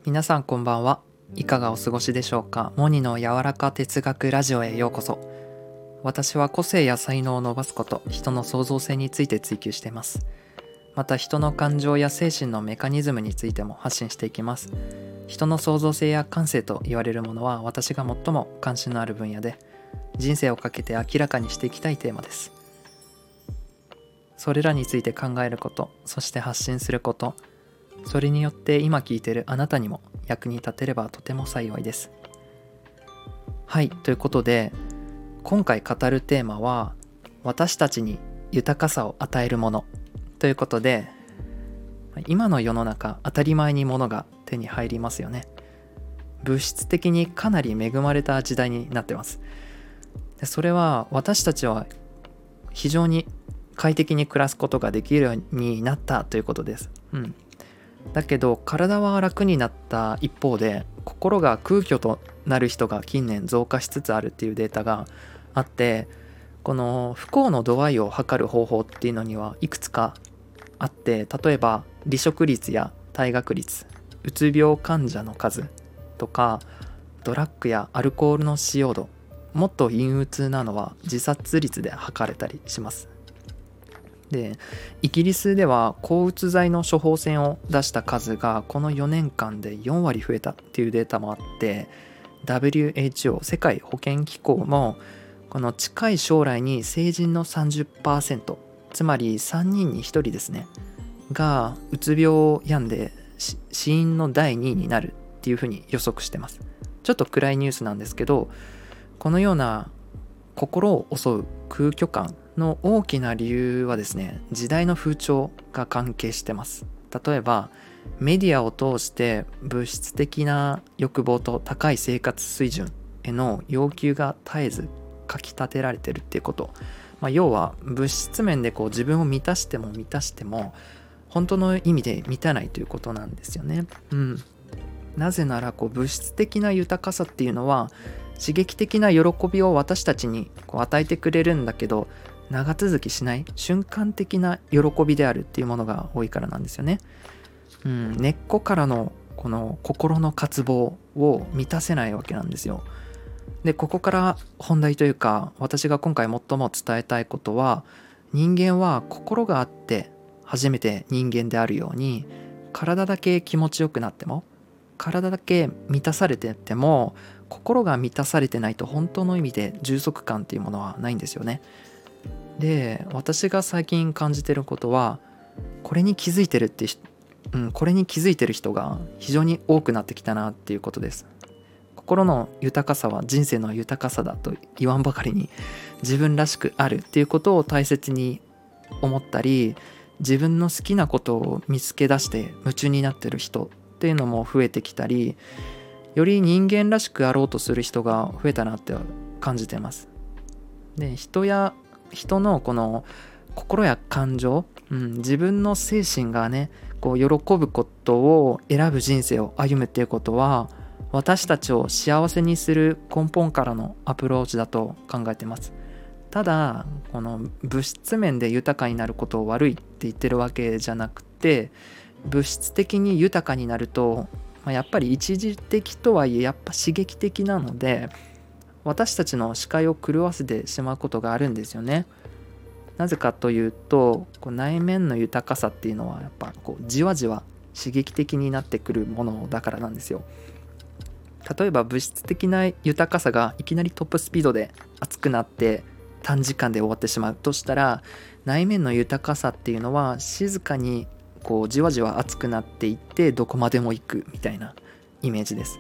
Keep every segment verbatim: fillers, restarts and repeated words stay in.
皆さんこんばんは。いかがお過ごしでしょうか。モニの柔らか哲学ラジオへようこそ。私は個性や才能を伸ばすこと、人の創造性について追求しています。また人の感情や精神のメカニズムについても発信していきます。人の創造性や感性と言われるものは私が最も関心のある分野で、人生をかけて明らかにしていきたいテーマです。それらについて考えること、そして発信すること、それによって今聞いているあなたにも役に立てればとても幸いです。はい、ということで今回語るテーマは私たちに豊かさを与えるものということで、今の世の中当たり前に物が手に入りますよね。物質的にかなり恵まれた時代になってます。でそれは私たちは非常に快適に暮らすことができるようになったということです。うんだけど体は楽になった一方で心が空虚となる人が近年増加しつつあるっていうデータがあって、この不幸の度合いを測る方法っていうのにはいくつかあって、例えば離職率や退学率、うつ病患者の数とかドラッグやアルコールの使用度、もっと陰鬱なのは自殺率で測れたりします。でイギリスでは抗うつ剤の処方箋を出した数がこのよねんかんでよんわり増えたっていうデータもあって、 ダブリューエイチオー 世界保健機構もこの近い将来に成人の さんじゅっパーセント、 つまりさんにんにひとりですねがうつ病を病んで死因のだいにいになるっていうふうに予測してます。ちょっと暗いニュースなんですけど、このような心を襲う空虚感の大きな理由はですね、時代の風潮が関係してます。例えばメディアを通して物質的な欲望と高い生活水準への要求が絶えずかき立てられてるっていうこと、まあ、要は物質面でこう自分を満たしても満たしても本当の意味で満たないということなんですよね。うん、なぜならこう物質的な豊かさっていうのは刺激的な喜びを私たちにこう与えてくれるんだけど、長続きしない瞬間的な喜びであるっていうものが多いからなんですよね。うん、根っこからのこの心の渇望を満たせないわけなんですよ。でここから本題というか、私が今回最も伝えたいことは、人間は心があって初めて人間であるように、体だけ気持ちよくなっても、体だけ満たされてても、心が満たされてないと本当の意味で充足感っていうものはないんですよね。で私が最近感じてることは、これに気づいてるって、うん、これに気づいてる人が非常に多くなってきたなっていうことです。心の豊かさは人生の豊かさだと言わんばかりに、自分らしくあるっていうことを大切に思ったり、自分の好きなことを見つけ出して夢中になってる人っていうのも増えてきたり、より人間らしくあろうとする人が増えたなって感じてます。で人や人のこの心や感情、うん、自分の精神がねこう喜ぶことを選ぶ人生を歩むっていうことは、私たちを幸せにする根本からのアプローチだと考えてます。ただこの物質面で豊かになることを悪いって言ってるわけじゃなくて、物質的に豊かになると、まあ、やっぱり一時的とはいえやっぱ刺激的なので、私たちの視界を狂わせてしまうことがあるんですよね。なぜかというと、こう内面の豊かさっていうのはやっぱこうじわじわ刺激的になってくるものだからなんですよ。例えば物質的な豊かさがいきなりトップスピードで熱くなって短時間で終わってしまうとしたら、内面の豊かさっていうのは静かにこうじわじわ熱くなっていってどこまでも行くみたいなイメージです。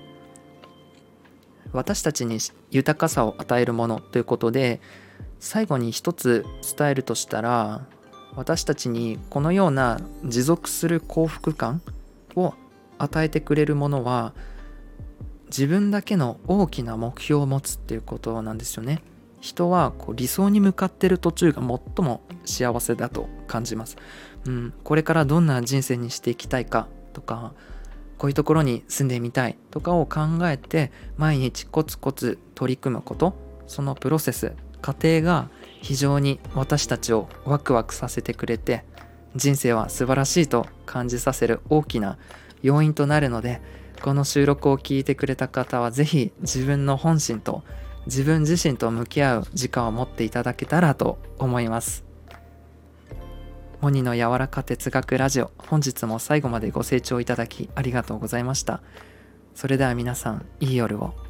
私たちに豊かさを与えるものということで、最後に一つ伝えるとしたら、私たちにこのような持続する幸福感を与えてくれるものは、自分だけの大きな目標を持つっていうことなんですよね。人はこう理想に向かっている途中が最も幸せだと感じます。うん、これからどんな人生にしていきたいかとか、こういうところに住んでみたいとかを考えて毎日コツコツ取り組むこと、そのプロセス、過程が非常に私たちをワクワクさせてくれて、人生は素晴らしいと感じさせる大きな要因となるので、 この収録を聞いてくれた方はぜひ自分の本心と自分自身と向き合う時間を持っていただけたらと思います。モニの柔らか哲学ラジオ、本日も最後までご清聴いただきありがとうございました。それでは皆さん、いい夜を。